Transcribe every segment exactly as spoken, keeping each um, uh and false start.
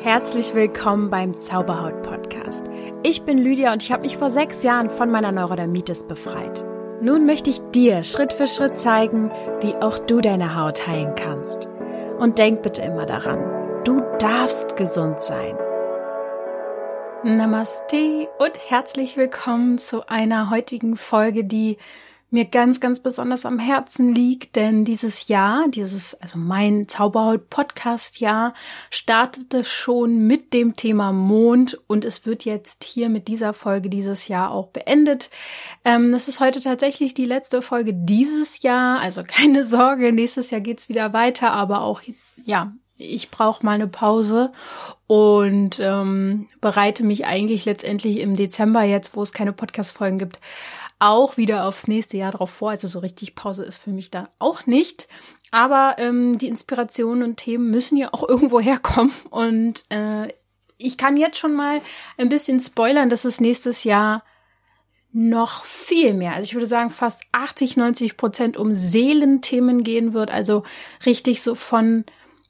Herzlich willkommen beim Zauberhaut-Podcast. Ich bin Lydia und ich habe mich vor sechs Jahren von meiner Neurodermitis befreit. Nun möchte ich dir Schritt für Schritt zeigen, wie auch du deine Haut heilen kannst. Und denk bitte immer daran, du darfst gesund sein. Namaste und herzlich willkommen zu einer heutigen Folge, die mir ganz, ganz besonders am Herzen liegt, denn dieses Jahr, dieses, also mein Zauberhaut-Podcast-Jahr, startete schon mit dem Thema Mond und es wird jetzt hier mit dieser Folge dieses Jahr auch beendet. Ähm, das ist heute tatsächlich die letzte Folge dieses Jahr, also keine Sorge, nächstes Jahr geht's wieder weiter, aber auch, ja, ich brauche mal eine Pause und ähm, bereite mich eigentlich letztendlich im Dezember jetzt, wo es keine Podcast-Folgen gibt, auch wieder aufs nächste Jahr drauf vor. Also so richtig Pause ist für mich da auch nicht. Aber ähm, die Inspirationen und Themen müssen ja auch irgendwo herkommen. Und äh, ich kann jetzt schon mal ein bisschen spoilern, dass es nächstes Jahr noch viel mehr, also ich würde sagen fast achtzig, neunzig Prozent um Seelenthemen gehen wird. Also richtig so von,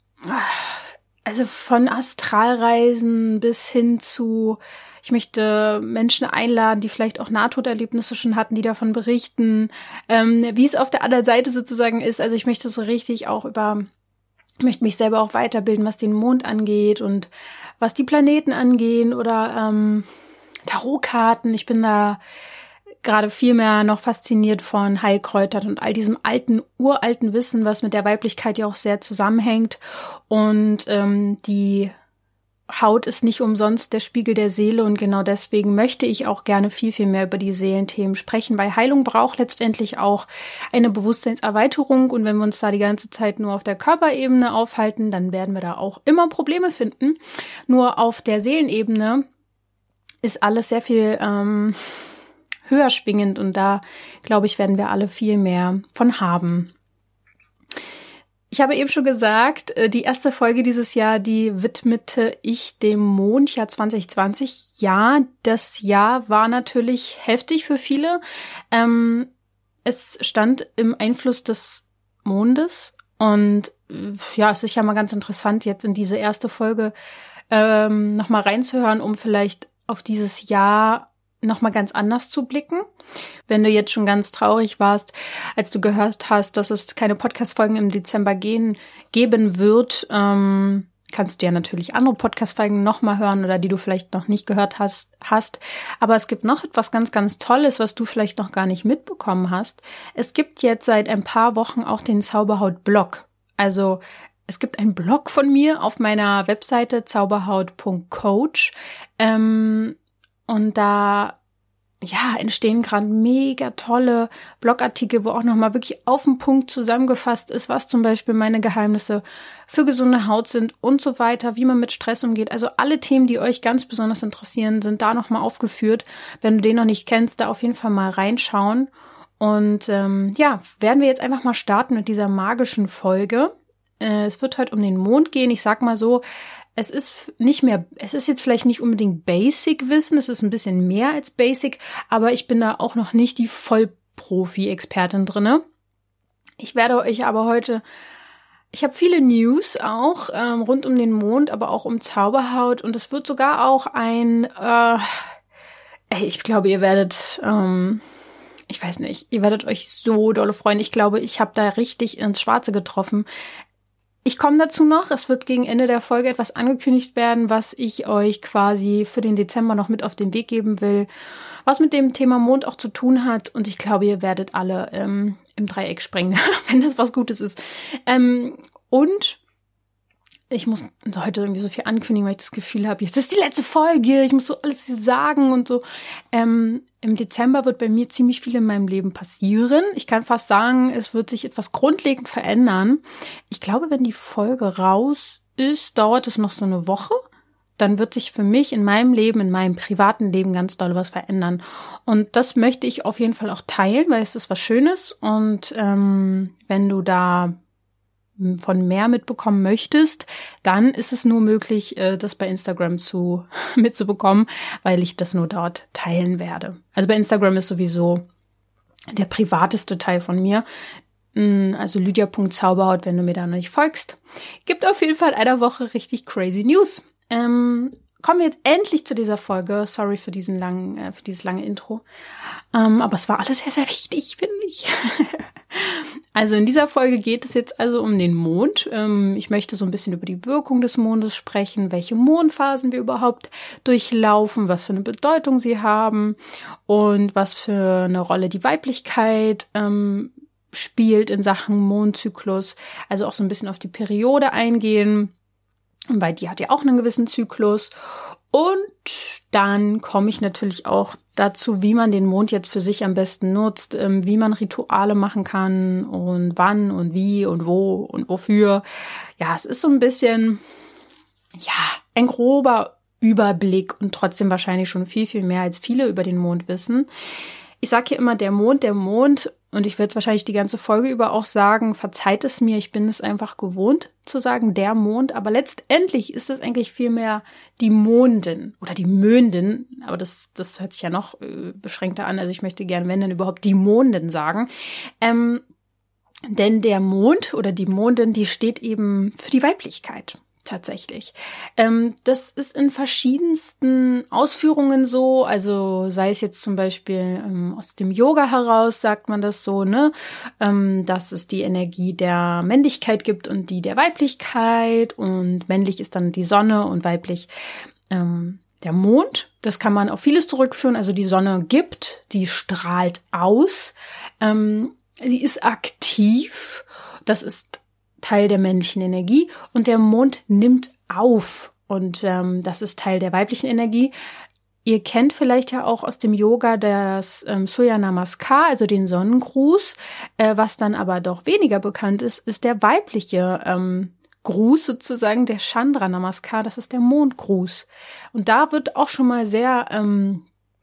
also von Astralreisen bis hin zu, ich möchte Menschen einladen, die vielleicht auch Nahtoderlebnisse schon hatten, die davon berichten, ähm, wie es auf der anderen Seite sozusagen ist. Also ich möchte so richtig auch über, ich möchte mich selber auch weiterbilden, was den Mond angeht und was die Planeten angehen oder ähm, Tarotkarten. Ich bin da gerade viel mehr noch fasziniert von Heilkräutern und all diesem alten, uralten Wissen, was mit der Weiblichkeit ja auch sehr zusammenhängt. Und ähm, die Haut ist nicht umsonst der Spiegel der Seele und genau deswegen möchte ich auch gerne viel, viel mehr über die Seelenthemen sprechen, weil Heilung braucht letztendlich auch eine Bewusstseinserweiterung und wenn wir uns da die ganze Zeit nur auf der Körperebene aufhalten, dann werden wir da auch immer Probleme finden. Nur auf der Seelenebene ist alles sehr viel ähm, höher schwingend und da, glaube ich, werden wir alle viel mehr von haben. Ich habe eben schon gesagt, die erste Folge dieses Jahr, die widmete ich dem Mondjahr zwanzig zwanzig. Ja, das Jahr war natürlich heftig für viele. Ähm, es stand im Einfluss des Mondes und ja, es ist ja mal ganz interessant, jetzt in diese erste Folge ähm, nochmal reinzuhören, um vielleicht auf dieses Jahr nochmal ganz anders zu blicken. Wenn du jetzt schon ganz traurig warst, als du gehört hast, dass es keine Podcast-Folgen im Dezember gehen, geben wird, ähm, kannst du ja natürlich andere Podcast-Folgen nochmal hören oder die du vielleicht noch nicht gehört hast, hast. Aber es gibt noch etwas ganz, ganz Tolles, was du vielleicht noch gar nicht mitbekommen hast. Es gibt jetzt seit ein paar Wochen auch den Zauberhaut-Blog. Also es gibt einen Blog von mir auf meiner Webseite zauberhaut punkt coach. Ähm, Und da, ja, entstehen gerade mega tolle Blogartikel, wo auch nochmal wirklich auf den Punkt zusammengefasst ist, was zum Beispiel meine Geheimnisse für gesunde Haut sind und so weiter, wie man mit Stress umgeht. Also alle Themen, die euch ganz besonders interessieren, sind da nochmal aufgeführt. Wenn du den noch nicht kennst, da auf jeden Fall mal reinschauen. Und ähm, ja, werden wir jetzt einfach mal starten mit dieser magischen Folge. Äh, es wird heute um den Mond gehen. Ich sag mal so, Es ist nicht mehr, es ist jetzt vielleicht nicht unbedingt Basic-Wissen, es ist ein bisschen mehr als Basic, aber ich bin da auch noch nicht die Vollprofi-Expertin drinne. Ich werde euch aber heute, ich habe viele News auch ähm, rund um den Mond, aber auch um Zauberhaut und es wird sogar auch ein, äh, ich glaube, ihr werdet, ähm, ich weiß nicht, ihr werdet euch so dolle freuen. Ich glaube, ich habe da richtig ins Schwarze getroffen. Ich komme dazu noch, es wird gegen Ende der Folge etwas angekündigt werden, was ich euch quasi für den Dezember noch mit auf den Weg geben will, was mit dem Thema Mond auch zu tun hat und ich glaube, ihr werdet alle ähm, im Dreieck springen, wenn das was Gutes ist. Ähm, und ich muss heute irgendwie so viel ankündigen, weil ich das Gefühl habe, jetzt ist die letzte Folge, ich muss so alles sagen und so. Ähm, Im Dezember wird bei mir ziemlich viel in meinem Leben passieren. Ich kann fast sagen, es wird sich etwas grundlegend verändern. Ich glaube, wenn die Folge raus ist, dauert es noch so eine Woche. Dann wird sich für mich in meinem Leben, in meinem privaten Leben ganz doll was verändern. Und das möchte ich auf jeden Fall auch teilen, weil es ist was Schönes. Und ähm, wenn du da von mehr mitbekommen möchtest, dann ist es nur möglich, das bei Instagram zu mitzubekommen, weil ich das nur dort teilen werde. Also bei Instagram ist sowieso der privateste Teil von mir. Also lydia punkt zauberhaut, wenn du mir da noch nicht folgst. Gibt auf jeden Fall in einer Woche richtig crazy News. ähm, kommen wir jetzt endlich zu dieser Folge. Sorry für diesen langen, äh, für dieses lange Intro. Ähm, aber es war alles sehr, sehr wichtig, finde ich. Also in dieser Folge geht es jetzt also um den Mond. Ähm, ich möchte so ein bisschen über die Wirkung des Mondes sprechen, welche Mondphasen wir überhaupt durchlaufen, was für eine Bedeutung sie haben und was für eine Rolle die Weiblichkeit ähm, spielt in Sachen Mondzyklus. Also auch so ein bisschen auf die Periode eingehen, weil die hat ja auch einen gewissen Zyklus. Und dann komme ich natürlich auch dazu, wie man den Mond jetzt für sich am besten nutzt, wie man Rituale machen kann und wann und wie und wo und wofür. Ja, es ist so ein bisschen, ja, ein grober Überblick und trotzdem wahrscheinlich schon viel, viel mehr als viele über den Mond wissen. Ich sage hier immer der Mond, der Mond und ich werde es wahrscheinlich die ganze Folge über auch sagen, verzeiht es mir, ich bin es einfach gewohnt zu sagen, der Mond, aber letztendlich ist es eigentlich vielmehr die Mondin oder die Möndin, aber das, das hört sich ja noch äh, beschränkter an, also ich möchte gerne, wenn dann überhaupt die Mondin sagen, ähm, denn der Mond oder die Mondin, die steht eben für die Weiblichkeit. Tatsächlich. Ähm, das ist in verschiedensten Ausführungen so, also sei es jetzt zum Beispiel ähm, aus dem Yoga heraus, sagt man das so, ne, ähm, dass es die Energie der Männlichkeit gibt und die der Weiblichkeit und männlich ist dann die Sonne und weiblich ähm, der Mond. Das kann man auf vieles zurückführen, also die Sonne gibt, die strahlt aus, ähm, sie ist aktiv, das ist Teil der männlichen Energie und der Mond nimmt auf und ähm, das ist Teil der weiblichen Energie. Ihr kennt vielleicht ja auch aus dem Yoga das ähm, Surya Namaskar, also den Sonnengruß. Äh, was dann aber doch weniger bekannt ist, ist der weibliche ähm, Gruß sozusagen, der Chandra Namaskar, das ist der Mondgruß. Und da wird auch schon mal sehr ähm,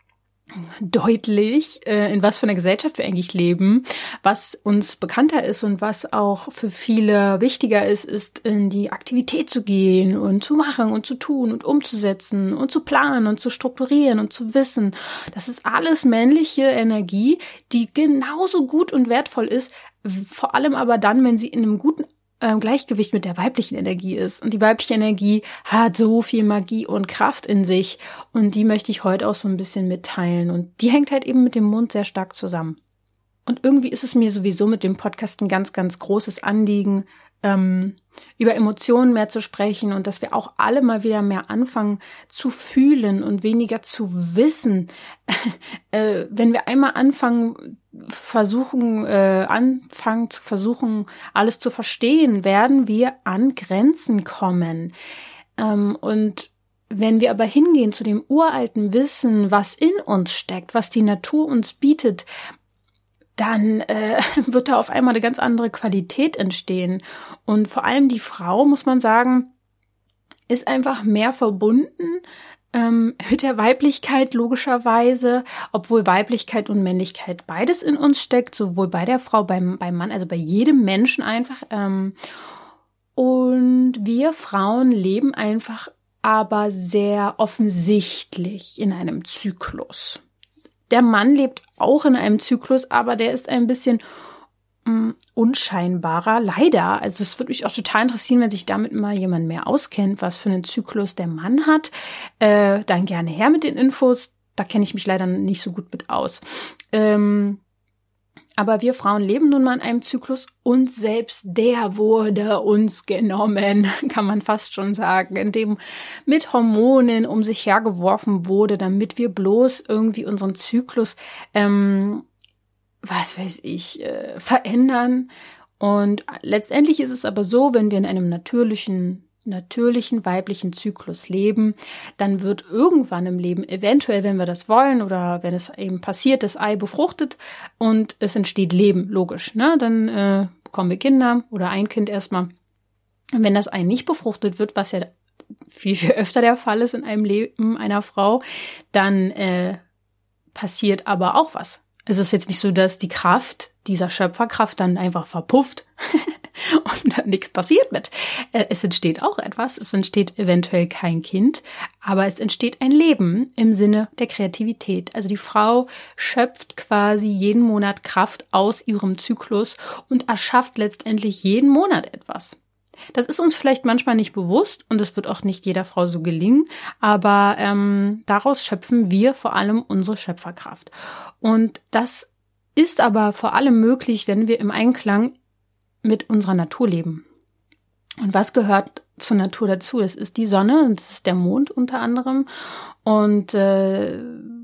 deutlich, äh, in was für einer Gesellschaft wir eigentlich leben. Was uns bekannter ist und was auch für viele wichtiger ist, ist in die Aktivität zu gehen und zu machen und zu tun und umzusetzen und zu planen und zu strukturieren und zu wissen. Das ist alles männliche Energie, die genauso gut und wertvoll ist, vor allem aber dann, wenn sie in einem guten Gleichgewicht mit der weiblichen Energie ist. Und die weibliche Energie hat so viel Magie und Kraft in sich und die möchte ich heute auch so ein bisschen mitteilen und die hängt halt eben mit dem Mond sehr stark zusammen. Und irgendwie ist es mir sowieso mit dem Podcast ein ganz, ganz großes Anliegen, ähm, über Emotionen mehr zu sprechen und dass wir auch alle mal wieder mehr anfangen zu fühlen und weniger zu wissen. äh, wenn wir einmal anfangen, versuchen, äh, anfangen zu versuchen, alles zu verstehen, werden wir an Grenzen kommen. Ähm, und wenn wir aber hingehen zu dem uralten Wissen, was in uns steckt, was die Natur uns bietet, dann äh, wird da auf einmal eine ganz andere Qualität entstehen. Und vor allem die Frau, muss man sagen, ist einfach mehr verbunden ähm, mit der Weiblichkeit logischerweise, obwohl Weiblichkeit und Männlichkeit beides in uns steckt, sowohl bei der Frau, beim, beim Mann, also bei jedem Menschen einfach. Ähm, und wir Frauen leben einfach aber sehr offensichtlich in einem Zyklus. Der Mann lebt auch in einem Zyklus, aber der ist ein bisschen mh, unscheinbarer, leider. Also es würde mich auch total interessieren, wenn sich damit mal jemand mehr auskennt, was für einen Zyklus der Mann hat. Äh, dann gerne her mit den Infos. Da kenne ich mich leider nicht so gut mit aus. Ähm, aber wir Frauen leben nun mal in einem Zyklus und selbst der wurde uns genommen, kann man fast schon sagen, indem mit Hormonen um sich hergeworfen wurde, damit wir bloß irgendwie unseren Zyklus, ähm, was weiß ich, äh, verändern. Und letztendlich ist es aber so, wenn wir in einem natürlichen natürlichen weiblichen Zyklus leben, dann wird irgendwann im Leben, eventuell, wenn wir das wollen oder wenn es eben passiert, das Ei befruchtet und es entsteht Leben, logisch, ne? Dann äh, bekommen wir Kinder oder ein Kind erstmal. Und wenn das Ei nicht befruchtet wird, was ja viel, viel öfter der Fall ist in einem Leben einer Frau, dann äh, passiert aber auch was. Es ist jetzt nicht so, dass die Kraft dieser Schöpferkraft dann einfach verpufft und nichts passiert mit. Es entsteht auch etwas, es entsteht eventuell kein Kind, aber es entsteht ein Leben im Sinne der Kreativität. Also die Frau schöpft quasi jeden Monat Kraft aus ihrem Zyklus und erschafft letztendlich jeden Monat etwas. Das ist uns vielleicht manchmal nicht bewusst und es wird auch nicht jeder Frau so gelingen, aber ähm, daraus schöpfen wir vor allem unsere Schöpferkraft. Und das ist aber vor allem möglich, wenn wir im Einklang mit unserer Natur leben. Und was gehört zur Natur dazu? Es ist die Sonne und es ist der Mond unter anderem. Und äh,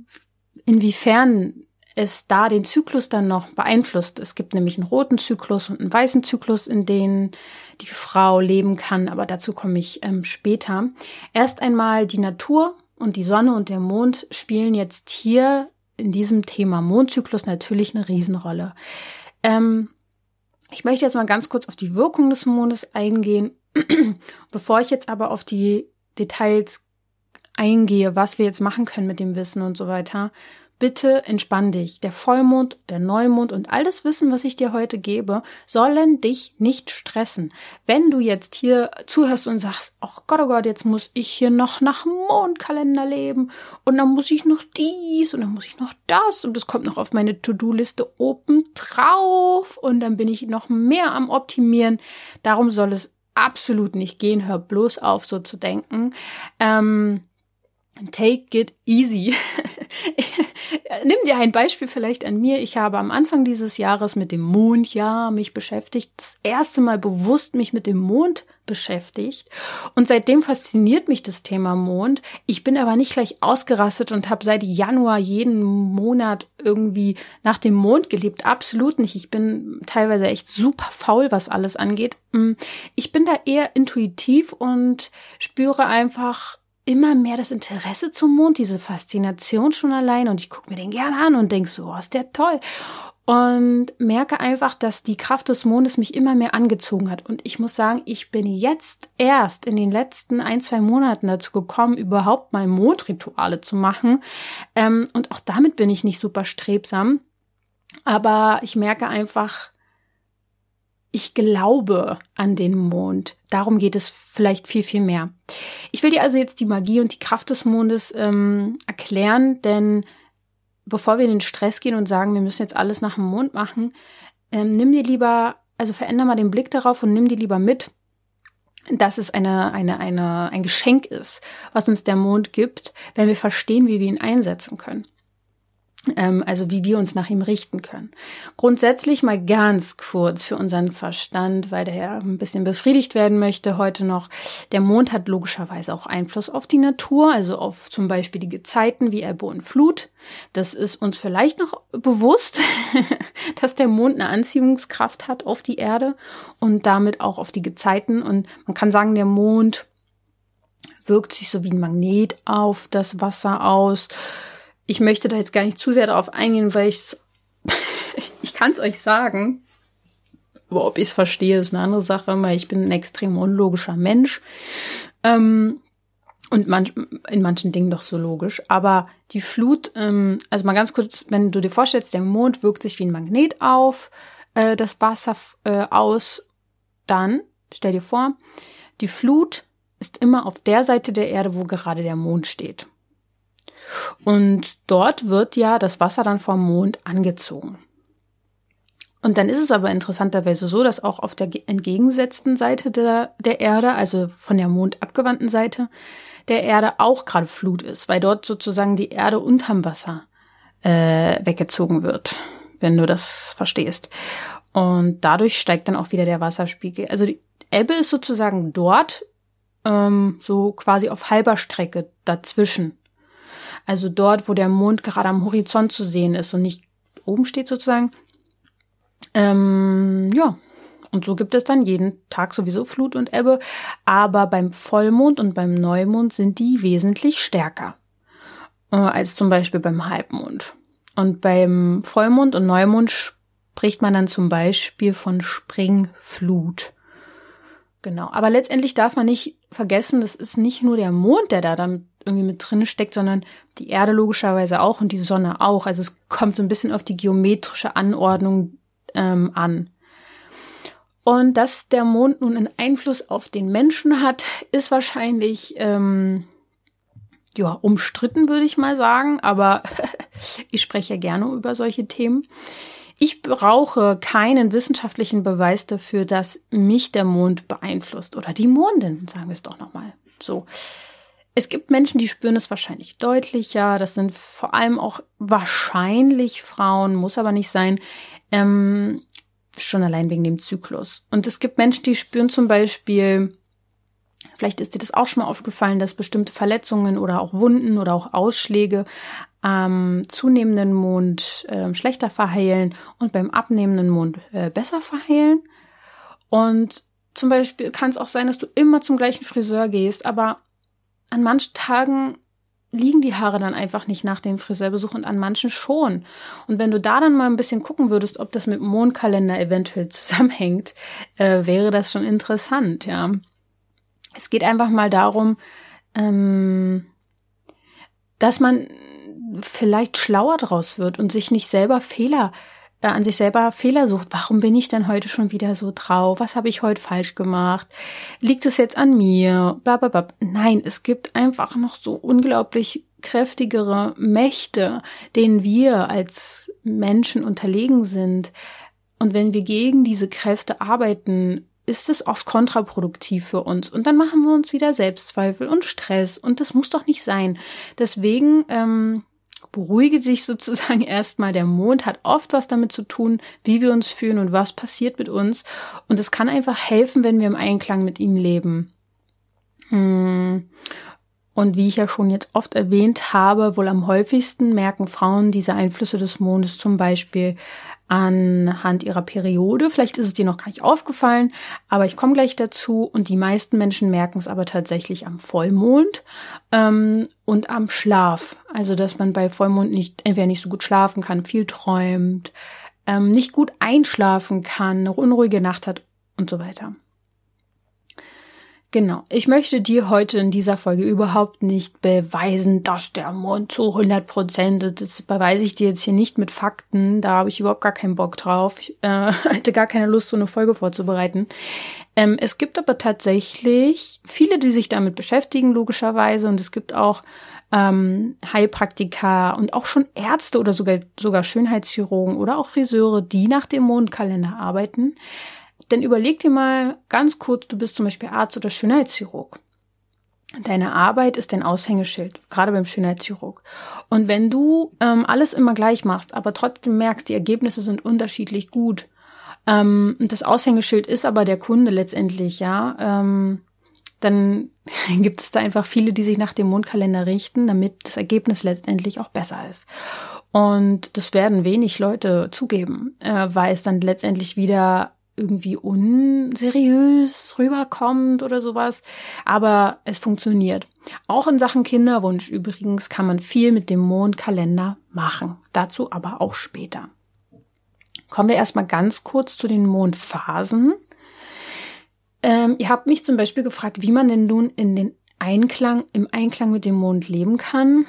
inwiefern es da den Zyklus dann noch beeinflusst. Es gibt nämlich einen roten Zyklus und einen weißen Zyklus, in denen die Frau leben kann, aber dazu komme ich ähm, später. Erst einmal die Natur und die Sonne und der Mond spielen jetzt hier in diesem Thema Mondzyklus natürlich eine Riesenrolle. Ähm, ich möchte jetzt mal ganz kurz auf die Wirkung des Mondes eingehen, bevor ich jetzt aber auf die Details eingehe, was wir jetzt machen können mit dem Wissen und so weiter. Bitte entspann dich. Der Vollmond, der Neumond und all das Wissen, was ich dir heute gebe, sollen dich nicht stressen. Wenn du jetzt hier zuhörst und sagst, oh Gott, oh Gott, jetzt muss ich hier noch nach Mondkalender leben und dann muss ich noch dies und dann muss ich noch das und das kommt noch auf meine To-Do-Liste oben drauf und dann bin ich noch mehr am Optimieren. Darum soll es absolut nicht gehen. Hör bloß auf, so zu denken. Ähm, Take it easy. Nimm dir ein Beispiel vielleicht an mir. Ich habe am Anfang dieses Jahres mit dem Mondjahr mich beschäftigt. Das erste Mal bewusst mich mit dem Mond beschäftigt. Und seitdem fasziniert mich das Thema Mond. Ich bin aber nicht gleich ausgerastet und habe seit Januar jeden Monat irgendwie nach dem Mond gelebt. Absolut nicht. Ich bin teilweise echt super faul, was alles angeht. Ich bin da eher intuitiv und spüre einfach immer mehr das Interesse zum Mond, diese Faszination schon allein und ich gucke mir den gerne an und denke so, oh, ist der toll und merke einfach, dass die Kraft des Mondes mich immer mehr angezogen hat und ich muss sagen, ich bin jetzt erst in den letzten ein, zwei Monaten dazu gekommen, überhaupt mal Mondrituale zu machen ähm, und auch damit bin ich nicht super strebsam, aber ich merke einfach, ich glaube an den Mond. Darum geht es vielleicht viel, viel mehr. Ich will dir also jetzt die Magie und die Kraft des Mondes ähm, erklären, denn bevor wir in den Stress gehen und sagen, wir müssen jetzt alles nach dem Mond machen, ähm, nimm dir lieber, also veränder mal den Blick darauf und nimm dir lieber mit, dass es eine, eine, eine, ein Geschenk ist, was uns der Mond gibt, wenn wir verstehen, wie wir ihn einsetzen können. Also wie wir uns nach ihm richten können. Grundsätzlich mal ganz kurz für unseren Verstand, weil der ja ein bisschen befriedigt werden möchte heute noch. Der Mond hat logischerweise auch Einfluss auf die Natur, also auf zum Beispiel die Gezeiten wie Ebbe und Flut. Das ist uns vielleicht noch bewusst, dass der Mond eine Anziehungskraft hat auf die Erde und damit auch auf die Gezeiten. Und man kann sagen, der Mond wirkt sich so wie ein Magnet auf das Wasser aus. Ich möchte da jetzt gar nicht zu sehr darauf eingehen, weil ich ich kann es euch sagen, aber ob ich es verstehe, ist eine andere Sache, weil ich bin ein extrem unlogischer Mensch ähm, und manch, in manchen Dingen doch so logisch. Aber die Flut, ähm, also mal ganz kurz, wenn du dir vorstellst, der Mond wirkt sich wie ein Magnet auf äh, das Wasser äh, aus, dann stell dir vor, die Flut ist immer auf der Seite der Erde, wo gerade der Mond steht. Und dort wird ja das Wasser dann vom Mond angezogen. Und dann ist es aber interessanterweise so, dass auch auf der entgegengesetzten Seite der, der Erde, also von der Mond abgewandten Seite der Erde, auch gerade Flut ist, weil dort sozusagen die Erde unterm Wasser äh, weggezogen wird, wenn du das verstehst. Und dadurch steigt dann auch wieder der Wasserspiegel. Also die Ebbe ist sozusagen dort ähm, so quasi auf halber Strecke dazwischen. Also dort, wo der Mond gerade am Horizont zu sehen ist und nicht oben steht sozusagen. Ähm, ja, und so gibt es dann jeden Tag sowieso Flut und Ebbe. Aber beim Vollmond und beim Neumond sind die wesentlich stärker äh, als zum Beispiel beim Halbmond. Und beim Vollmond und Neumond spricht man dann zum Beispiel von Springflut. Genau, aber letztendlich darf man nicht vergessen, das ist nicht nur der Mond, der da dann irgendwie mit drin steckt, sondern die Erde logischerweise auch und die Sonne auch. Also es kommt so ein bisschen auf die geometrische Anordnung ähm, an. Und dass der Mond nun einen Einfluss auf den Menschen hat, ist wahrscheinlich ähm, ja umstritten, würde ich mal sagen. Aber ich spreche ja gerne über solche Themen. Ich brauche keinen wissenschaftlichen Beweis dafür, dass mich der Mond beeinflusst oder die Mondin, sagen wir es doch nochmal so. Es gibt Menschen, die spüren es wahrscheinlich deutlicher. Das sind vor allem auch wahrscheinlich Frauen, muss aber nicht sein, ähm, schon allein wegen dem Zyklus. Und es gibt Menschen, die spüren zum Beispiel, vielleicht ist dir das auch schon mal aufgefallen, dass bestimmte Verletzungen oder auch Wunden oder auch Ausschläge am zunehmenden Mond äh, schlechter verheilen und beim abnehmenden Mond äh, besser verheilen. Und zum Beispiel kann es auch sein, dass du immer zum gleichen Friseur gehst, aber an manchen Tagen liegen die Haare dann einfach nicht nach dem Friseurbesuch und an manchen schon. Und wenn du da dann mal ein bisschen gucken würdest, ob das mit dem Mondkalender eventuell zusammenhängt, äh, wäre das schon interessant, ja. Es geht einfach mal darum, ähm, dass man vielleicht schlauer draus wird und sich nicht selber Fehler äh, an sich selber Fehler sucht. Warum bin ich denn heute schon wieder so drauf? Was habe ich heute falsch gemacht? Liegt es jetzt an mir? Blablabla. Nein, es gibt einfach noch so unglaublich kräftigere Mächte, denen wir als Menschen unterlegen sind. Und wenn wir gegen diese Kräfte arbeiten, ist es oft kontraproduktiv für uns. Und dann machen wir uns wieder Selbstzweifel und Stress. Und das muss doch nicht sein. Deswegen ähm, beruhige dich sozusagen erstmal. Der Mond hat oft was damit zu tun, wie wir uns fühlen und was passiert mit uns. Und es kann einfach helfen, wenn wir im Einklang mit ihm leben. Hm. Und wie ich ja schon jetzt oft erwähnt habe, wohl am häufigsten merken Frauen diese Einflüsse des Mondes zum Beispiel anhand ihrer Periode. Vielleicht ist es dir noch gar nicht aufgefallen, aber ich komme gleich dazu. Und die meisten Menschen merken es aber tatsächlich am Vollmond ähm, und am Schlaf. Also, dass man bei Vollmond nicht entweder nicht so gut schlafen kann, viel träumt, ähm, nicht gut einschlafen kann, eine unruhige Nacht hat und so weiter. Genau, ich möchte dir heute in dieser Folge überhaupt nicht beweisen, dass der Mond zu hundert Prozent, das beweise ich dir jetzt hier nicht mit Fakten, da habe ich überhaupt gar keinen Bock drauf, ich äh, hätte gar keine Lust, so eine Folge vorzubereiten. Ähm, es gibt aber tatsächlich viele, die sich damit beschäftigen, logischerweise, und es gibt auch ähm, Heilpraktiker und auch schon Ärzte oder sogar, sogar Schönheitschirurgen oder auch Friseure, die nach dem Mondkalender arbeiten. Denn überleg dir mal ganz kurz, du bist zum Beispiel Arzt oder Schönheitschirurg. Deine Arbeit ist dein Aushängeschild, gerade beim Schönheitschirurg. Und wenn du ähm, alles immer gleich machst, aber trotzdem merkst, die Ergebnisse sind unterschiedlich gut, ähm, und das Aushängeschild ist aber der Kunde letztendlich, ja, ähm, dann gibt es da einfach viele, die sich nach dem Mondkalender richten, damit das Ergebnis letztendlich auch besser ist. Und das werden wenig Leute zugeben, äh, weil es dann letztendlich wieder irgendwie unseriös rüberkommt oder sowas, aber es funktioniert. Auch in Sachen Kinderwunsch übrigens kann man viel mit dem Mondkalender machen, dazu aber auch später. Kommen wir erstmal ganz kurz zu den Mondphasen. Ähm, ihr habt mich zum Beispiel gefragt, wie man denn nun in den Einklang, im Einklang mit dem Mond leben kann.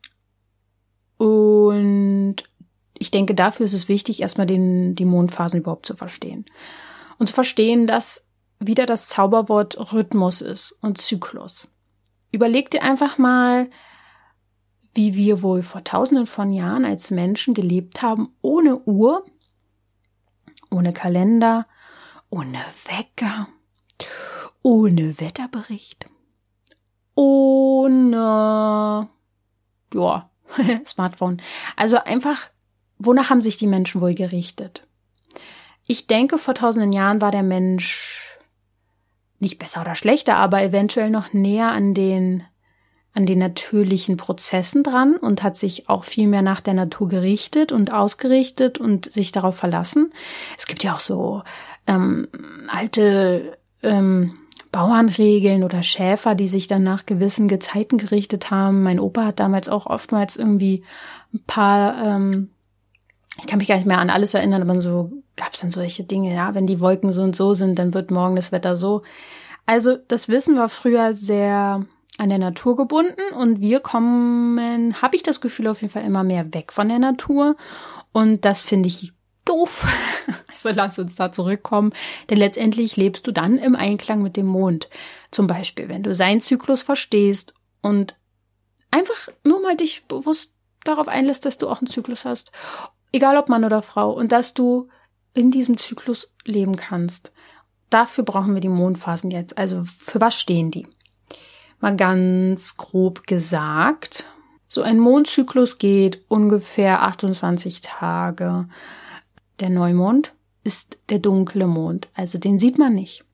Und ich denke, dafür ist es wichtig, erstmal den, die Mondphasen überhaupt zu verstehen. Und zu verstehen, dass wieder das Zauberwort Rhythmus ist und Zyklus. Überleg dir einfach mal, wie wir wohl vor tausenden von Jahren als Menschen gelebt haben, ohne Uhr, ohne Kalender, ohne Wecker, ohne Wetterbericht, ohne, ja, Smartphone. Also einfach, wonach haben sich die Menschen wohl gerichtet? Ich denke, vor tausenden Jahren war der Mensch nicht besser oder schlechter, aber eventuell noch näher an den, an den natürlichen Prozessen dran und hat sich auch viel mehr nach der Natur gerichtet und ausgerichtet und sich darauf verlassen. Es gibt ja auch so ähm, alte ähm, Bauernregeln oder Schäfer, die sich dann nach gewissen Gezeiten gerichtet haben. Mein Opa hat damals auch oftmals irgendwie ein paar, ähm, ich kann mich gar nicht mehr an alles erinnern, aber so gab es dann solche Dinge, ja, wenn die Wolken so und so sind, dann wird morgen das Wetter so. Also das Wissen war früher sehr an der Natur gebunden und wir kommen, habe ich das Gefühl, auf jeden Fall immer mehr weg von der Natur und das finde ich doof. Also lass uns da zurückkommen, denn letztendlich lebst du dann im Einklang mit dem Mond. Zum Beispiel, wenn du seinen Zyklus verstehst und einfach nur mal dich bewusst darauf einlässt, dass du auch einen Zyklus hast. egal ob Mann oder Frau, und dass du in diesem Zyklus leben kannst. Dafür brauchen wir die Mondphasen jetzt. Also für was stehen die? Mal ganz grob gesagt, so ein Mondzyklus geht ungefähr achtundzwanzig Tage. Der Neumond ist der dunkle Mond, also den sieht man nicht,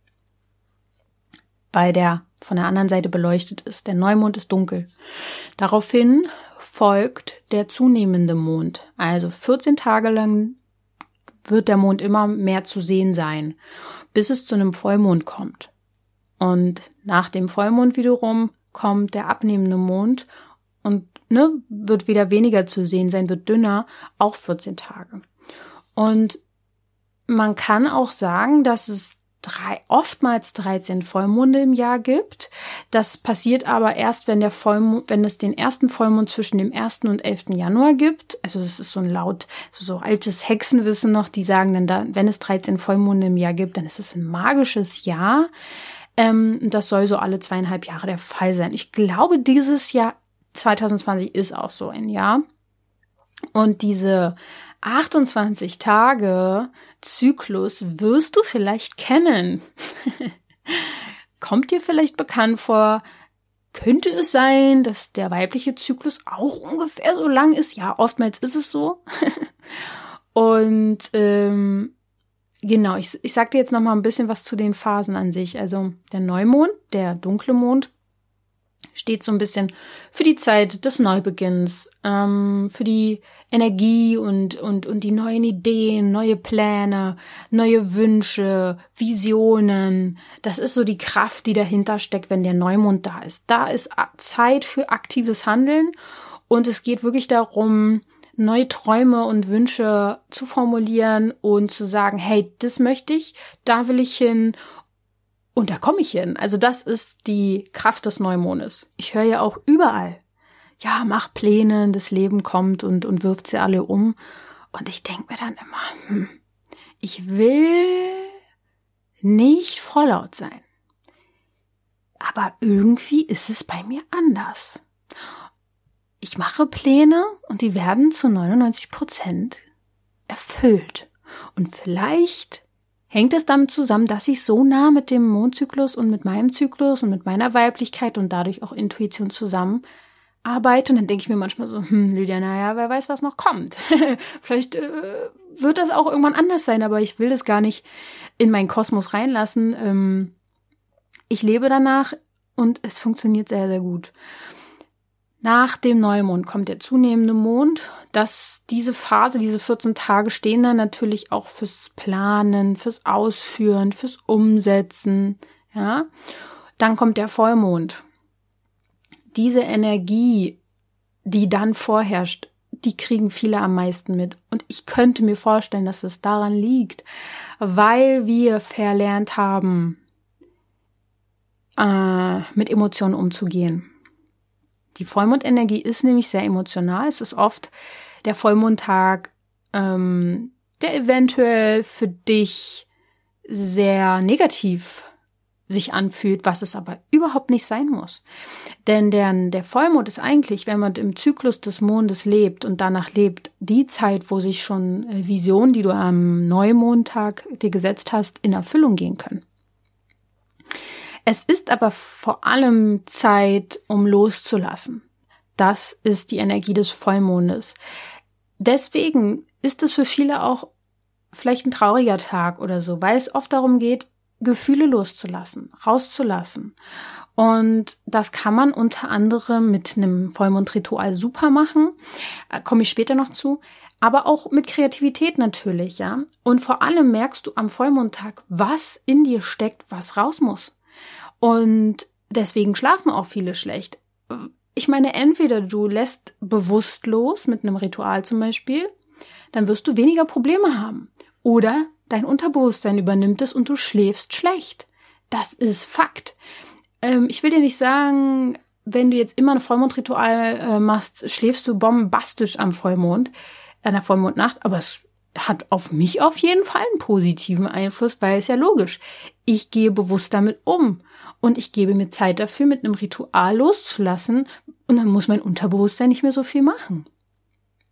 weil der von der anderen Seite beleuchtet ist. Der Neumond ist dunkel. Daraufhin folgt der zunehmende Mond. Also vierzehn Tage lang wird der Mond immer mehr zu sehen sein, bis es zu einem Vollmond kommt. Und nach dem Vollmond wiederum kommt der abnehmende Mond und ne, wird wieder weniger zu sehen sein, wird dünner, auch vierzehn Tage. Und man kann auch sagen, dass es drei, oftmals dreizehn Vollmonde im Jahr gibt. Das passiert aber erst, wenn der Vollmond, wenn es den ersten Vollmond zwischen dem ersten und elften Januar gibt. Also das ist so ein laut, so, so altes Hexenwissen noch, die sagen dann, da, wenn es dreizehn Vollmonde im Jahr gibt, dann ist es ein magisches Jahr. Ähm, das soll so alle zweieinhalb Jahre der Fall sein. Ich glaube, dieses Jahr zwanzig zwanzig ist auch so ein Jahr. Und diese achtundzwanzig Tage Zyklus wirst du vielleicht kennen. Kommt dir vielleicht bekannt vor? Könnte es sein, dass der weibliche Zyklus auch ungefähr so lang ist? Ja, oftmals ist es so. Und ähm, genau, ich, ich sag dir jetzt noch mal ein bisschen was zu den Phasen an sich. Also der Neumond, der dunkle Mond, steht so ein bisschen für die Zeit des Neubeginns, ähm, für die Energie und, und, und die neuen Ideen, neue Pläne, neue Wünsche, Visionen. Das ist so die Kraft, die dahinter steckt, wenn der Neumond da ist. Da ist Zeit für aktives Handeln und es geht wirklich darum, neue Träume und Wünsche zu formulieren und zu sagen, hey, das möchte ich, da will ich hin. Und da komme ich hin. Also das ist die Kraft des Neumondes. Ich höre ja auch überall, ja, mach Pläne, das Leben kommt und, und wirft sie alle um. Und ich denke mir dann immer, hm, ich will nicht vorlaut sein. Aber irgendwie ist es bei mir anders. Ich mache Pläne und die werden zu neunundneunzig Prozent erfüllt. Und vielleicht hängt es damit zusammen, dass ich so nah mit dem Mondzyklus und mit meinem Zyklus und mit meiner Weiblichkeit und dadurch auch Intuition zusammen arbeite. Und dann denke ich mir manchmal so, hm, Lydia, naja, wer weiß, was noch kommt. Vielleicht äh, wird das auch irgendwann anders sein, aber ich will das gar nicht in meinen Kosmos reinlassen. Ähm, ich lebe danach und es funktioniert sehr, sehr gut. Nach dem Neumond kommt der zunehmende Mond. Das, diese Phase, diese vierzehn Tage stehen dann natürlich auch fürs Planen, fürs Ausführen, fürs Umsetzen. Ja, dann kommt der Vollmond. Diese Energie, die dann vorherrscht, die kriegen viele am meisten mit. Und ich könnte mir vorstellen, dass es daran liegt, weil wir verlernt haben, äh, mit Emotionen umzugehen. Die Vollmondenergie ist nämlich sehr emotional. Es ist oft der Vollmondtag, ähm, der eventuell für dich sehr negativ sich anfühlt, was es aber überhaupt nicht sein muss. Denn der, der Vollmond ist eigentlich, wenn man im Zyklus des Mondes lebt und danach lebt, die Zeit, wo sich schon Visionen, die du am Neumondtag dir gesetzt hast, in Erfüllung gehen können. Es ist aber vor allem Zeit, um loszulassen. Das ist die Energie des Vollmondes. Deswegen ist es für viele auch vielleicht ein trauriger Tag oder so, weil es oft darum geht, Gefühle loszulassen, rauszulassen. Und das kann man unter anderem mit einem Vollmondritual super machen. Da komme ich später noch zu. Aber auch mit Kreativität natürlich, ja. Und vor allem merkst du am Vollmondtag, was in dir steckt, was raus muss. Und deswegen schlafen auch viele schlecht. Ich meine, entweder du lässt bewusst los mit einem Ritual zum Beispiel, dann wirst du weniger Probleme haben. Oder dein Unterbewusstsein übernimmt es und du schläfst schlecht. Das ist Fakt. Ähm, ich will dir nicht sagen, wenn du jetzt immer ein Vollmondritual äh, machst, schläfst du bombastisch am Vollmond, an der Vollmondnacht, aber es hat auf mich auf jeden Fall einen positiven Einfluss, weil es ja logisch. Ich gehe bewusst damit um und ich gebe mir Zeit dafür, mit einem Ritual loszulassen und dann muss mein Unterbewusstsein nicht mehr so viel machen.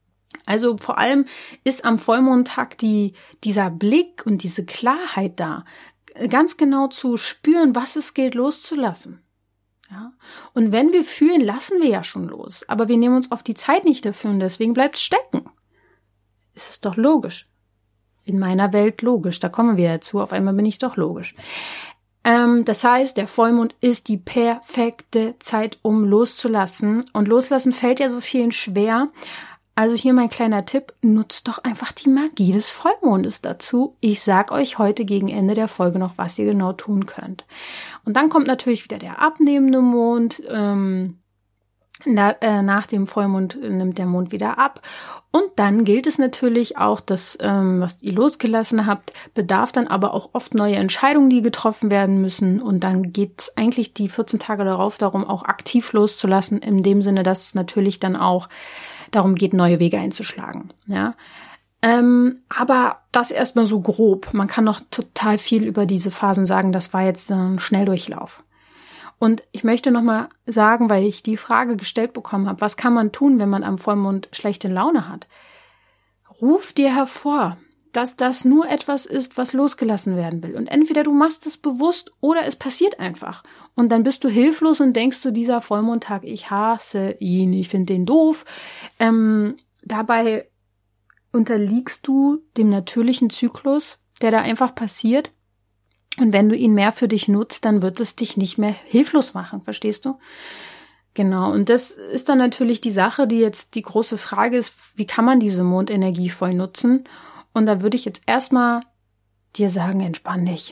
Also vor allem ist am Vollmondtag die, dieser Blick und diese Klarheit da, ganz genau zu spüren, was es gilt loszulassen. Ja? Und wenn wir fühlen, lassen wir ja schon los. Aber wir nehmen uns oft die Zeit nicht dafür und deswegen bleibt es stecken. Es ist doch logisch. In meiner Welt logisch. Da kommen wir dazu. Auf einmal bin ich doch logisch. Ähm, das heißt, der Vollmond ist die perfekte Zeit, um loszulassen. Und loslassen fällt ja so vielen schwer. Also hier mein kleiner Tipp, nutzt doch einfach die Magie des Vollmondes dazu. Ich sag euch heute gegen Ende der Folge noch, was ihr genau tun könnt. Und dann kommt natürlich wieder der abnehmende Mond. Ähm, na, äh, nach dem Vollmond nimmt der Mond wieder ab. Und dann gilt es natürlich auch, dass, ähm, was ihr losgelassen habt, bedarf dann aber auch oft neue Entscheidungen, die getroffen werden müssen. Und dann geht es eigentlich die vierzehn Tage darauf darum, auch aktiv loszulassen. In dem Sinne, dass es natürlich dann auch darum geht, neue Wege einzuschlagen, ja. Ähm, aber das erstmal so grob. Man kann noch total viel über diese Phasen sagen. Das war jetzt ein Schnelldurchlauf. Und ich möchte nochmal sagen, weil ich die Frage gestellt bekommen habe, was kann man tun, wenn man am Vollmond schlechte Laune hat? Ruf dir hervor, dass das nur etwas ist, was losgelassen werden will. Und entweder du machst es bewusst oder es passiert einfach. Und dann bist du hilflos und denkst du, dieser Vollmondtag, ich hasse ihn, ich finde den doof. Ähm, dabei unterliegst du dem natürlichen Zyklus, der da einfach passiert. Und wenn du ihn mehr für dich nutzt, dann wird es dich nicht mehr hilflos machen, verstehst du? Genau, und das ist dann natürlich die Sache, die jetzt die große Frage ist, wie kann man diese Mondenergie voll nutzen? Und da würde ich jetzt erstmal dir sagen, entspann dich.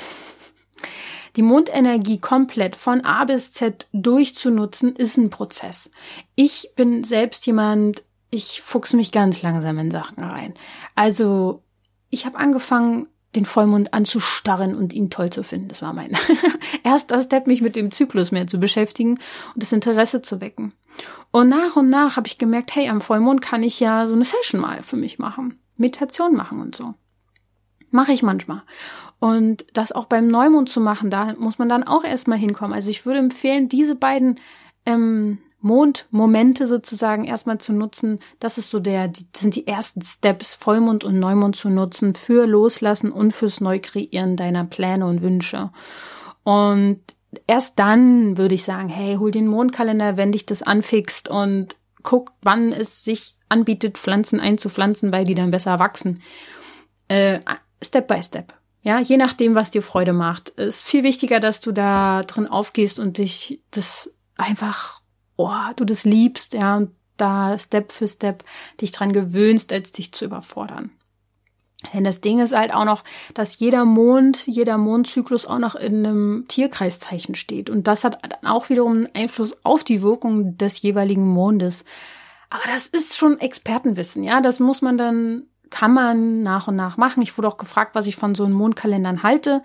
Die Mondenergie komplett von A bis Z durchzunutzen, ist ein Prozess. Ich bin selbst jemand, ich fuchse mich ganz langsam in Sachen rein. Also ich habe angefangen, den Vollmond anzustarren und ihn toll zu finden. Das war mein erster Step, mich mit dem Zyklus mehr zu beschäftigen und das Interesse zu wecken. Und nach und nach habe ich gemerkt, hey, am Vollmond kann ich ja so eine Session mal für mich machen. Meditation machen und so. Mache ich manchmal. Und das auch beim Neumond zu machen, da muss man dann auch erstmal hinkommen. Also ich würde empfehlen, diese beiden ähm, Mondmomente sozusagen erstmal zu nutzen. Das ist so der, die, das sind die ersten Steps, Vollmond und Neumond zu nutzen für Loslassen und fürs Neukreieren deiner Pläne und Wünsche. Und erst dann würde ich sagen, hey, hol den Mondkalender, wenn dich das anfixt und guck, wann es sich anbietet, Pflanzen einzupflanzen, weil die dann besser wachsen. Äh, Step by Step. Ja, je nachdem, was dir Freude macht. Es ist viel wichtiger, dass du da drin aufgehst und dich das einfach, oh, du das liebst, ja, und da Step für Step dich dran gewöhnst, als dich zu überfordern. Denn das Ding ist halt auch noch, dass jeder Mond, jeder Mondzyklus auch noch in einem Tierkreiszeichen steht. Und das hat dann auch wiederum einen Einfluss auf die Wirkung des jeweiligen Mondes. Aber das ist schon Expertenwissen, ja, das muss man dann, kann man nach und nach machen. Ich wurde auch gefragt, was ich von so einem Mondkalendern halte.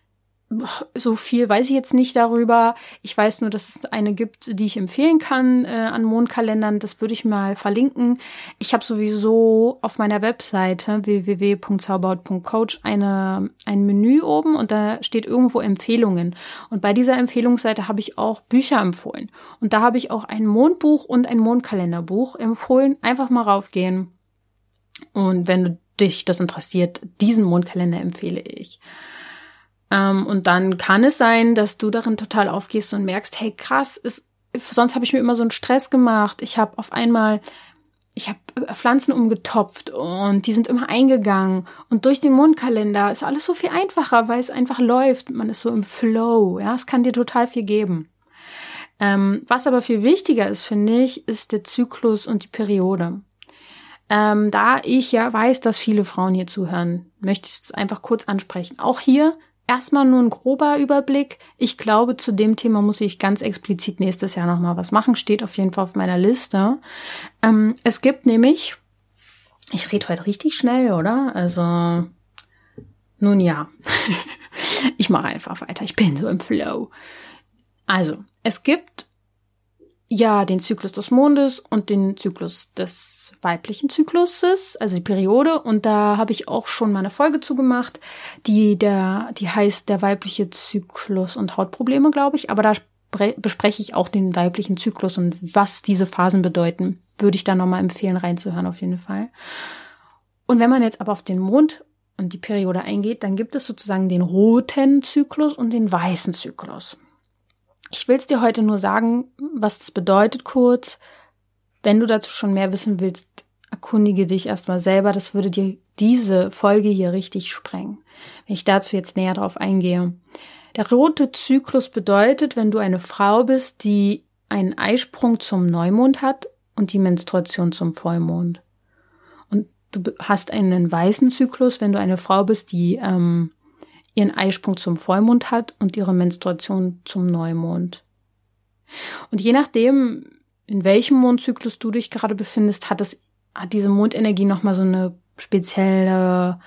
So viel weiß ich jetzt nicht darüber. Ich weiß nur, dass es eine gibt, die ich empfehlen kann äh, an Mondkalendern. Das würde ich mal verlinken. Ich habe sowieso auf meiner Webseite w w w punkt zauberhaut punkt coach eine ein Menü oben und da steht irgendwo Empfehlungen. Und bei dieser Empfehlungsseite habe ich auch Bücher empfohlen. Und da habe ich auch ein Mondbuch und ein Mondkalenderbuch empfohlen. Einfach mal raufgehen. Und wenn du dich das interessiert, diesen Mondkalender empfehle ich. Ähm, und dann kann es sein, dass du darin total aufgehst und merkst, hey krass, ist, sonst habe ich mir immer so einen Stress gemacht. Ich habe auf einmal, ich habe Pflanzen umgetopft und die sind immer eingegangen. Und durch den Mondkalender ist alles so viel einfacher, weil es einfach läuft. Man ist so im Flow. Ja, es kann dir total viel geben. Ähm, was aber viel wichtiger ist, finde ich, ist der Zyklus und die Periode. Ähm, da ich ja weiß, dass viele Frauen hier zuhören, möchte ich es einfach kurz ansprechen. Auch hier erstmal nur ein grober Überblick. Ich glaube, zu dem Thema muss ich ganz explizit nächstes Jahr nochmal was machen. Steht auf jeden Fall auf meiner Liste. Ähm, es gibt nämlich, ich rede heute richtig schnell, oder? Also, nun ja. Ich mache einfach weiter. Ich bin so im Flow. Also, es gibt ja den Zyklus des Mondes und den Zyklus des weiblichen Zykluses, also die Periode, und da habe ich auch schon mal eine Folge zu gemacht, die der, die heißt der weibliche Zyklus und Hautprobleme, glaube ich, aber da spre- bespreche ich auch den weiblichen Zyklus und was diese Phasen bedeuten. würde ich da nochmal empfehlen, reinzuhören auf jeden Fall. Und wenn man jetzt aber auf den Mond und die Periode eingeht, dann gibt es sozusagen den roten Zyklus und den weißen Zyklus. Ich will es dir heute nur sagen, was das bedeutet kurz. Wenn du dazu schon mehr wissen willst, erkundige dich erstmal selber. Das würde dir diese Folge hier richtig sprengen, wenn ich dazu jetzt näher drauf eingehe. Der rote Zyklus bedeutet, wenn du eine Frau bist, die einen Eisprung zum Neumond hat und die Menstruation zum Vollmond. Und du hast einen weißen Zyklus, wenn du eine Frau bist, die ähm, ihren Eisprung zum Vollmond hat und ihre Menstruation zum Neumond. Und je nachdem, in welchem Mondzyklus du dich gerade befindest, hat es hat diese Mondenergie nochmal so eine spezielle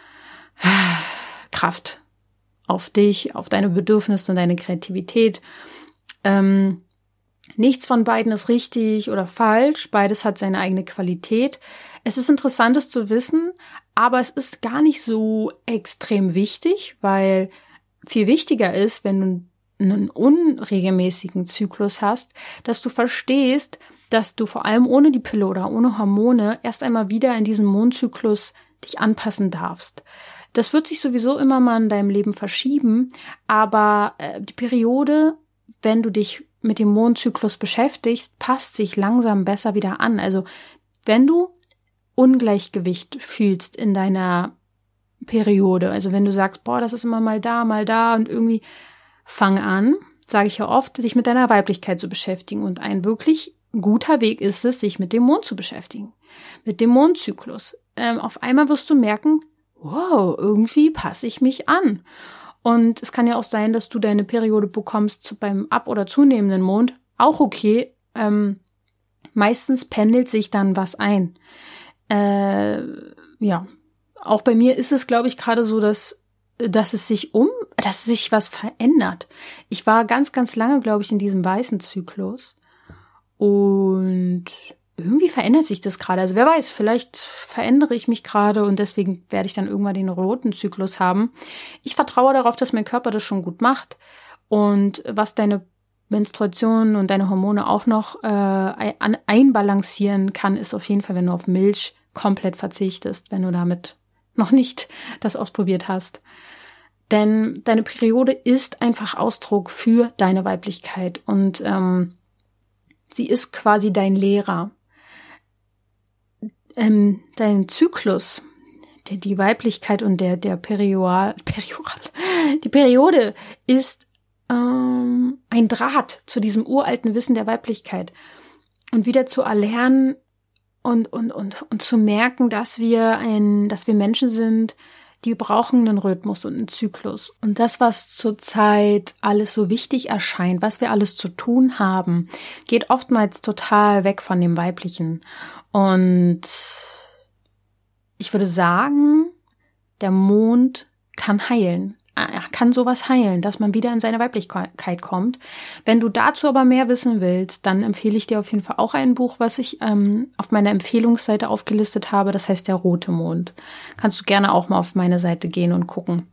Kraft auf dich, auf deine Bedürfnisse und deine Kreativität. Ähm, nichts von beiden ist richtig oder falsch. Beides hat seine eigene Qualität. Es ist interessant, es zu wissen, aber es ist gar nicht so extrem wichtig, weil viel wichtiger ist, wenn du einen unregelmäßigen Zyklus hast, dass du verstehst, dass du vor allem ohne die Pille oder ohne Hormone erst einmal wieder in diesen Mondzyklus dich anpassen darfst. Das wird sich sowieso immer mal in deinem Leben verschieben, aber äh, die Periode, wenn du dich mit dem Mondzyklus beschäftigst, passt sich langsam besser wieder an. Also wenn du Ungleichgewicht fühlst in deiner Periode, also wenn du sagst, boah, das ist immer mal da, mal da und irgendwie fang an, sage ich ja oft, dich mit deiner Weiblichkeit zu beschäftigen. Und ein wirklich guter Weg ist es, sich mit dem Mond zu beschäftigen, mit dem Mondzyklus. Ähm, auf einmal wirst du merken, wow, irgendwie passe ich mich an. Und es kann ja auch sein, dass du deine Periode bekommst beim ab- oder zunehmenden Mond. Auch okay. Ähm, meistens pendelt sich dann was ein. Äh, ja, auch bei mir ist es, glaube ich, gerade so, dass dass es sich um, dass sich was verändert. Ich war ganz, ganz lange, glaube ich, in diesem weißen Zyklus und irgendwie verändert sich das gerade. Also wer weiß, vielleicht verändere ich mich gerade und deswegen werde ich dann irgendwann den roten Zyklus haben. Ich vertraue darauf, dass mein Körper das schon gut macht und was deine Menstruation und deine Hormone auch noch äh, einbalancieren kann, ist auf jeden Fall, wenn du auf Milch komplett verzichtest, wenn du damit noch nicht das ausprobiert hast. Denn deine Periode ist einfach Ausdruck für deine Weiblichkeit und ähm, sie ist quasi dein Lehrer. Ähm, dein Zyklus, der, die Weiblichkeit und der der Period, Period, die Periode ist ähm, ein Draht zu diesem uralten Wissen der Weiblichkeit und wieder zu erlernen und und und und zu merken, dass wir ein, dass wir Menschen sind, die brauchen einen Rhythmus und einen Zyklus. Und das, was zurzeit alles so wichtig erscheint, was wir alles zu tun haben, geht oftmals total weg von dem Weiblichen. Und ich würde sagen, der Mond kann heilen. Er kann sowas heilen, dass man wieder in seine Weiblichkeit kommt. Wenn du dazu aber mehr wissen willst, dann empfehle ich dir auf jeden Fall auch ein Buch, was ich ähm, auf meiner Empfehlungsseite aufgelistet habe. Das heißt Der rote Mond. Kannst du gerne auch mal auf meine Seite gehen und gucken.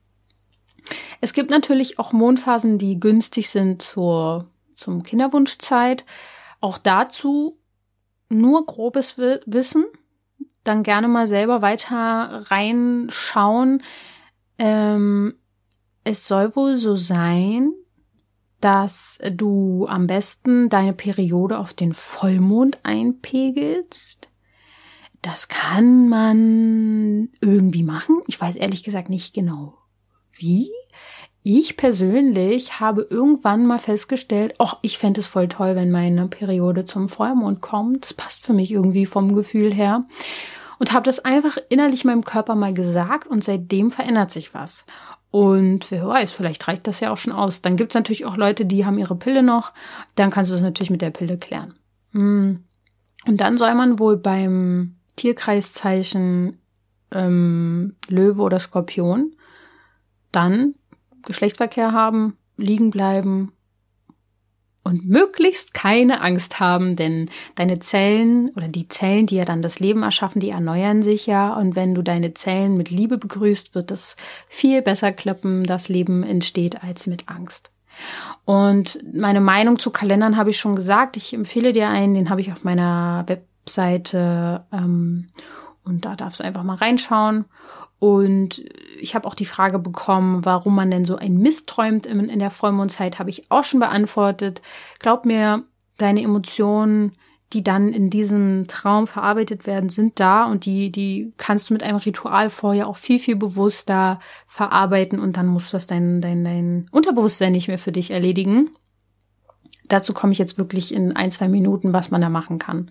Es gibt natürlich auch Mondphasen, die günstig sind zur zum Kinderwunschzeit. Auch dazu nur grobes Wissen. Dann gerne mal selber weiter reinschauen. Ähm, es soll wohl so sein, dass du am besten deine Periode auf den Vollmond einpegelst. Das kann man irgendwie machen. Ich weiß ehrlich gesagt nicht genau wie. Ich persönlich habe irgendwann mal festgestellt, ach, ich fände es voll toll, wenn meine Periode zum Vollmond kommt. Das passt für mich irgendwie vom Gefühl her. Und habe das einfach innerlich meinem Körper mal gesagt und seitdem verändert sich was. Und wer weiß, vielleicht reicht das ja auch schon aus. Dann gibt es natürlich auch Leute, die haben ihre Pille noch. Dann kannst du es natürlich mit der Pille klären. Und dann soll man wohl beim Tierkreiszeichen ähm, Löwe oder Skorpion dann Geschlechtsverkehr haben, liegen bleiben und möglichst keine Angst haben, denn deine Zellen oder die Zellen, die ja dann das Leben erschaffen, die erneuern sich ja. Und wenn du deine Zellen mit Liebe begrüßt, wird es viel besser klappen, das Leben entsteht, als mit Angst. Und meine Meinung zu Kalendern habe ich schon gesagt. Ich empfehle dir einen, den habe ich auf meiner Webseite ähm, und da darfst du einfach mal reinschauen. Und ich habe auch die Frage bekommen, warum man denn so ein Mist träumt in, in der Vollmondzeit, habe ich auch schon beantwortet. Glaub mir, deine Emotionen, die dann in diesem Traum verarbeitet werden, sind da und die, die kannst du mit einem Ritual vorher auch viel, viel bewusster verarbeiten und dann muss das dein, dein, dein Unterbewusstsein nicht mehr für dich erledigen. Dazu komme ich jetzt wirklich in ein, zwei Minuten, was man da machen kann.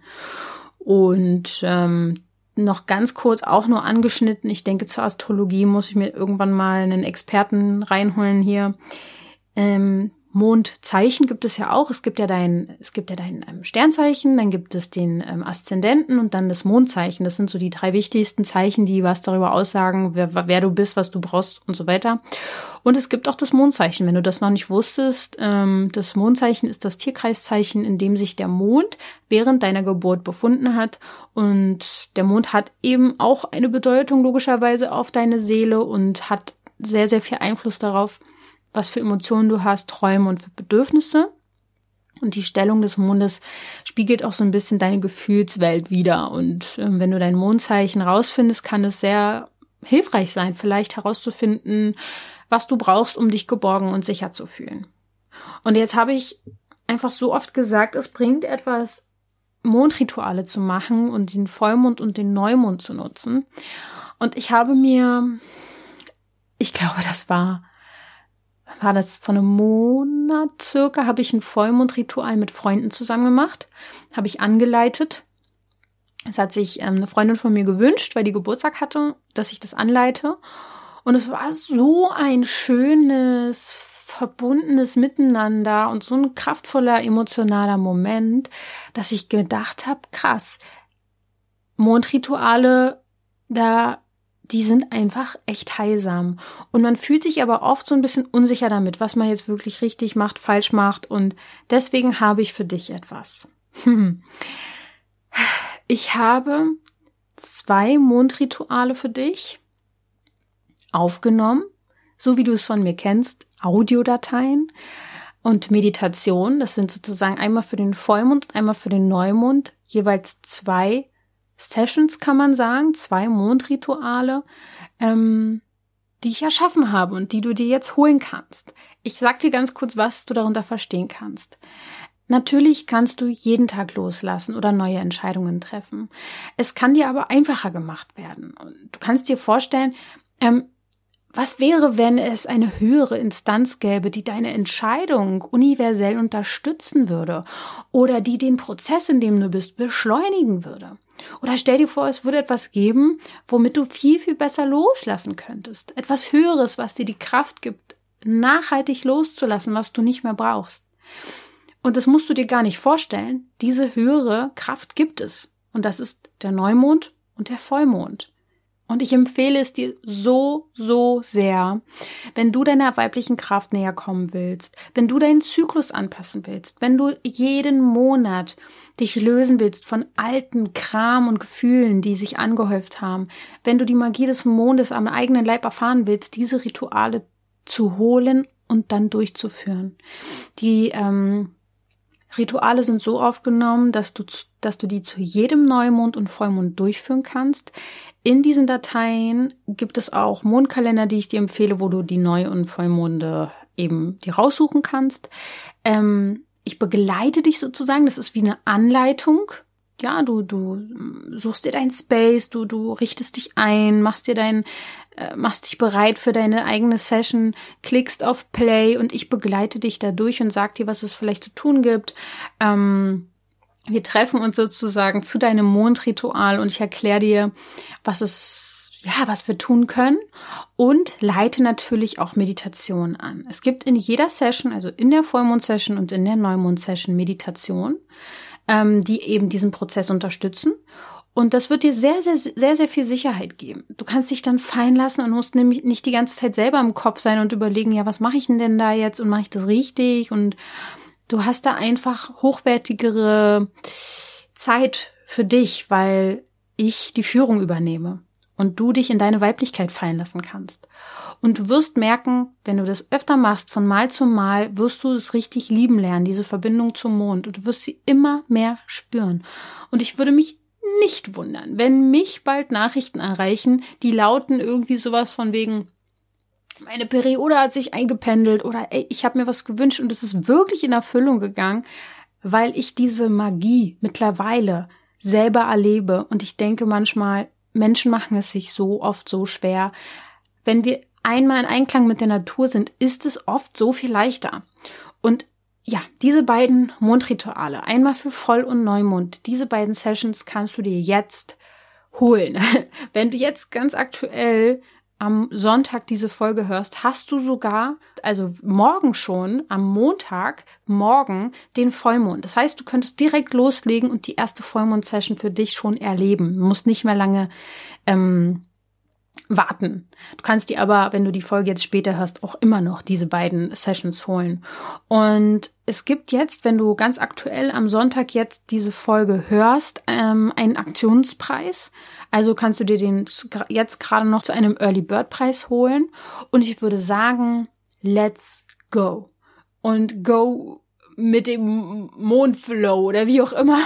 Und ähm, noch ganz kurz auch nur angeschnitten. Ich denke, zur Astrologie muss ich mir irgendwann mal einen Experten reinholen hier. Ähm, Mondzeichen gibt es ja auch. Es gibt ja dein, es gibt ja dein ähm, Sternzeichen, dann gibt es den ähm, Aszendenten und dann das Mondzeichen. Das sind so die drei wichtigsten Zeichen, die was darüber aussagen, wer, wer du bist, was du brauchst und so weiter. Und es gibt auch das Mondzeichen. Wenn du das noch nicht wusstest, ähm, das Mondzeichen ist das Tierkreiszeichen, in dem sich der Mond während deiner Geburt befunden hat. Und der Mond hat eben auch eine Bedeutung logischerweise auf deine Seele und hat sehr, sehr viel Einfluss darauf, was für Emotionen du hast, Träume und für Bedürfnisse. Und die Stellung des Mondes spiegelt auch so ein bisschen deine Gefühlswelt wider. Und äh, wenn du dein Mondzeichen rausfindest, kann es sehr hilfreich sein, vielleicht herauszufinden, was du brauchst, um dich geborgen und sicher zu fühlen. Und jetzt habe ich einfach so oft gesagt, es bringt etwas, Mondrituale zu machen und den Vollmond und den Neumond zu nutzen. Und ich habe mir, ich glaube, das war war das von einem Monat circa, habe ich ein Vollmondritual mit Freunden zusammen gemacht, habe ich angeleitet. Es hat sich ähm, eine Freundin von mir gewünscht, weil die Geburtstag hatte, dass ich das anleite. Und es war so ein schönes, verbundenes Miteinander und so ein kraftvoller, emotionaler Moment, dass ich gedacht habe, krass, Mondrituale, da die sind einfach echt heilsam. Und man fühlt sich aber oft so ein bisschen unsicher damit, was man jetzt wirklich richtig macht, falsch macht. Und deswegen habe ich für dich etwas. Ich habe zwei Mondrituale für dich aufgenommen, so wie du es von mir kennst, Audiodateien und Meditation. Das sind sozusagen einmal für den Vollmond und einmal für den Neumond, jeweils zwei Sessions, kann man sagen, zwei Mondrituale, ähm, die ich erschaffen habe und die du dir jetzt holen kannst. Ich sag dir ganz kurz, was du darunter verstehen kannst. Natürlich kannst du jeden Tag loslassen oder neue Entscheidungen treffen. Es kann dir aber einfacher gemacht werden. Du kannst dir vorstellen, ähm, was wäre, wenn es eine höhere Instanz gäbe, die deine Entscheidung universell unterstützen würde oder die den Prozess, in dem du bist, beschleunigen würde? Oder stell dir vor, es würde etwas geben, womit du viel, viel besser loslassen könntest. Etwas Höheres, was dir die Kraft gibt, nachhaltig loszulassen, was du nicht mehr brauchst. Und das musst du dir gar nicht vorstellen. Diese höhere Kraft gibt es. Und das ist der Neumond und der Vollmond. Und ich empfehle es dir so, so sehr, wenn du deiner weiblichen Kraft näher kommen willst, wenn du deinen Zyklus anpassen willst, wenn du jeden Monat dich lösen willst von alten Kram und Gefühlen, die sich angehäuft haben, wenn du die Magie des Mondes am eigenen Leib erfahren willst, diese Rituale zu holen und dann durchzuführen. Die ähm, Rituale sind so aufgenommen, dass du, dass du die zu jedem Neumond und Vollmond durchführen kannst. In diesen Dateien gibt es auch Mondkalender, die ich dir empfehle, wo du die Neu- und Vollmonde eben dir raussuchen kannst. Ähm, ich begleite dich sozusagen, das ist wie eine Anleitung. Ja, du, du suchst dir deinen Space, du, du richtest dich ein, machst dir dein, äh, machst dich bereit für deine eigene Session, klickst auf Play und ich begleite dich da durch und sag dir, was es vielleicht zu tun gibt. Ähm, wir treffen uns sozusagen zu deinem Mondritual und ich erkläre dir, was es, ja, was wir tun können und leite natürlich auch Meditation an. Es gibt in jeder Session, also in der Vollmond-Session und in der Neumond-Session Meditation, die eben diesen Prozess unterstützen. Und das wird dir sehr, sehr, sehr, sehr viel Sicherheit geben. Du kannst dich dann fallen lassen und musst nämlich nicht die ganze Zeit selber im Kopf sein und überlegen, ja, was mache ich denn da jetzt und mache ich das richtig? Und du hast da einfach hochwertigere Zeit für dich, weil ich die Führung übernehme. und du dich in deine Weiblichkeit fallen lassen kannst. Und du wirst merken, wenn du das öfter machst, von Mal zu Mal, wirst du es richtig lieben lernen, diese Verbindung zum Mond. Und du wirst sie immer mehr spüren. Und ich würde mich nicht wundern, wenn mich bald Nachrichten erreichen, die lauten irgendwie sowas von wegen, meine Periode hat sich eingependelt oder ey, ich habe mir was gewünscht und es ist wirklich in Erfüllung gegangen, weil ich diese Magie mittlerweile selber erlebe. Und ich denke manchmal, Menschen machen es sich so oft so schwer. Wenn wir einmal in Einklang mit der Natur sind, ist es oft so viel leichter. Und ja, diese beiden Mondrituale, einmal für Voll- und Neumond, diese beiden Sessions kannst du dir jetzt holen. Wenn du jetzt ganz aktuell am Sonntag diese Folge hörst, hast du sogar, also morgen schon, am Montag, morgen, den Vollmond. Das heißt, du könntest direkt loslegen und die erste Vollmond-Session für dich schon erleben. Du musst nicht mehr lange ähm, warten. Du kannst dir aber, wenn du die Folge jetzt später hörst, auch immer noch diese beiden Sessions holen. Und es gibt jetzt, wenn du ganz aktuell am Sonntag jetzt diese Folge hörst, ähm, einen Aktionspreis. Also kannst du dir den jetzt gerade noch zu einem Early Bird Preis holen. Und ich würde sagen, let's go. Und go mit dem Mondflow oder wie auch immer.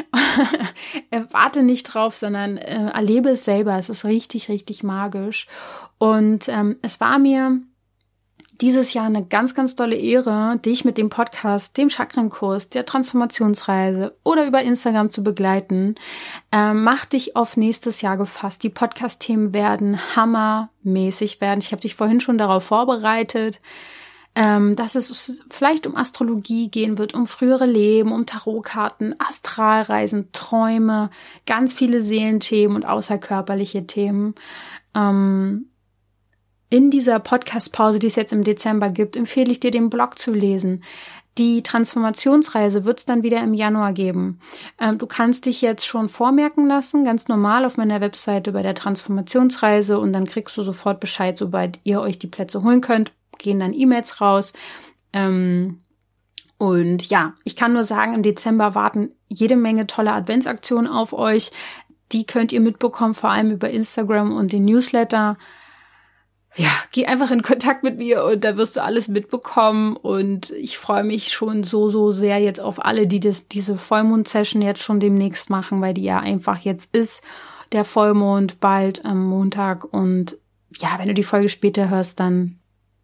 Warte nicht drauf, sondern äh, erlebe es selber. Es ist richtig, richtig magisch. Und ähm, es war mir dieses Jahr eine ganz, ganz tolle Ehre, dich mit dem Podcast, dem Chakrenkurs, der Transformationsreise oder über Instagram zu begleiten. Ähm, mach dich auf nächstes Jahr gefasst. Die Podcast-Themen werden hammermäßig werden. Ich habe dich vorhin schon darauf vorbereitet, ähm, dass es vielleicht um Astrologie gehen wird, um frühere Leben, um Tarotkarten, Astralreisen, Träume, ganz viele Seelenthemen und außerkörperliche Themen. Ähm, In dieser Podcast-Pause, die es jetzt im Dezember gibt, empfehle ich dir, den Blog zu lesen. Die Transformationsreise wird es dann wieder im Januar geben. Ähm, du kannst dich jetzt schon vormerken lassen, ganz normal auf meiner Webseite bei der Transformationsreise und dann kriegst du sofort Bescheid, sobald ihr euch die Plätze holen könnt, gehen dann E-Mails raus. Ähm, und ja, ich kann nur sagen, im Dezember warten jede Menge tolle Adventsaktionen auf euch. Die könnt ihr mitbekommen, vor allem über Instagram und den Newsletter. Ja, geh einfach in Kontakt mit mir und da wirst du alles mitbekommen und ich freue mich schon so, so sehr jetzt auf alle, die das, diese Vollmond-Session jetzt schon demnächst machen, weil die ja einfach jetzt ist, der Vollmond bald am Montag und ja, wenn du die Folge später hörst, dann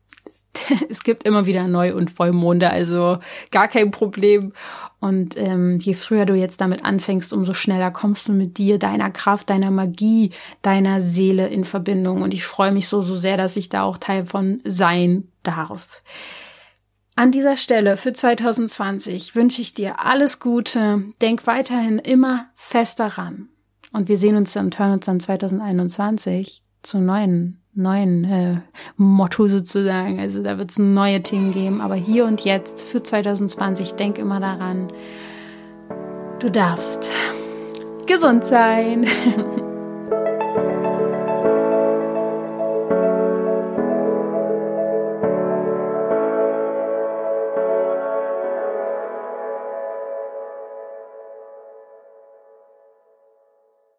es gibt immer wieder Neu- und Vollmonde, also gar kein Problem. Und ähm, je früher du jetzt damit anfängst, umso schneller kommst du mit dir, deiner Kraft, deiner Magie, deiner Seele in Verbindung. Und ich freue mich so, so sehr, dass ich da auch Teil von sein darf. An dieser Stelle für zwanzig zwanzig wünsche ich dir alles Gute. Denk weiterhin immer fest daran. Und wir sehen uns dann und hören uns dann zwanzig einundzwanzig zu neuen neuen äh, Motto sozusagen. Also da wird es neue Themen geben. Aber hier und jetzt für zwanzig zwanzig, denk immer daran, du darfst gesund sein.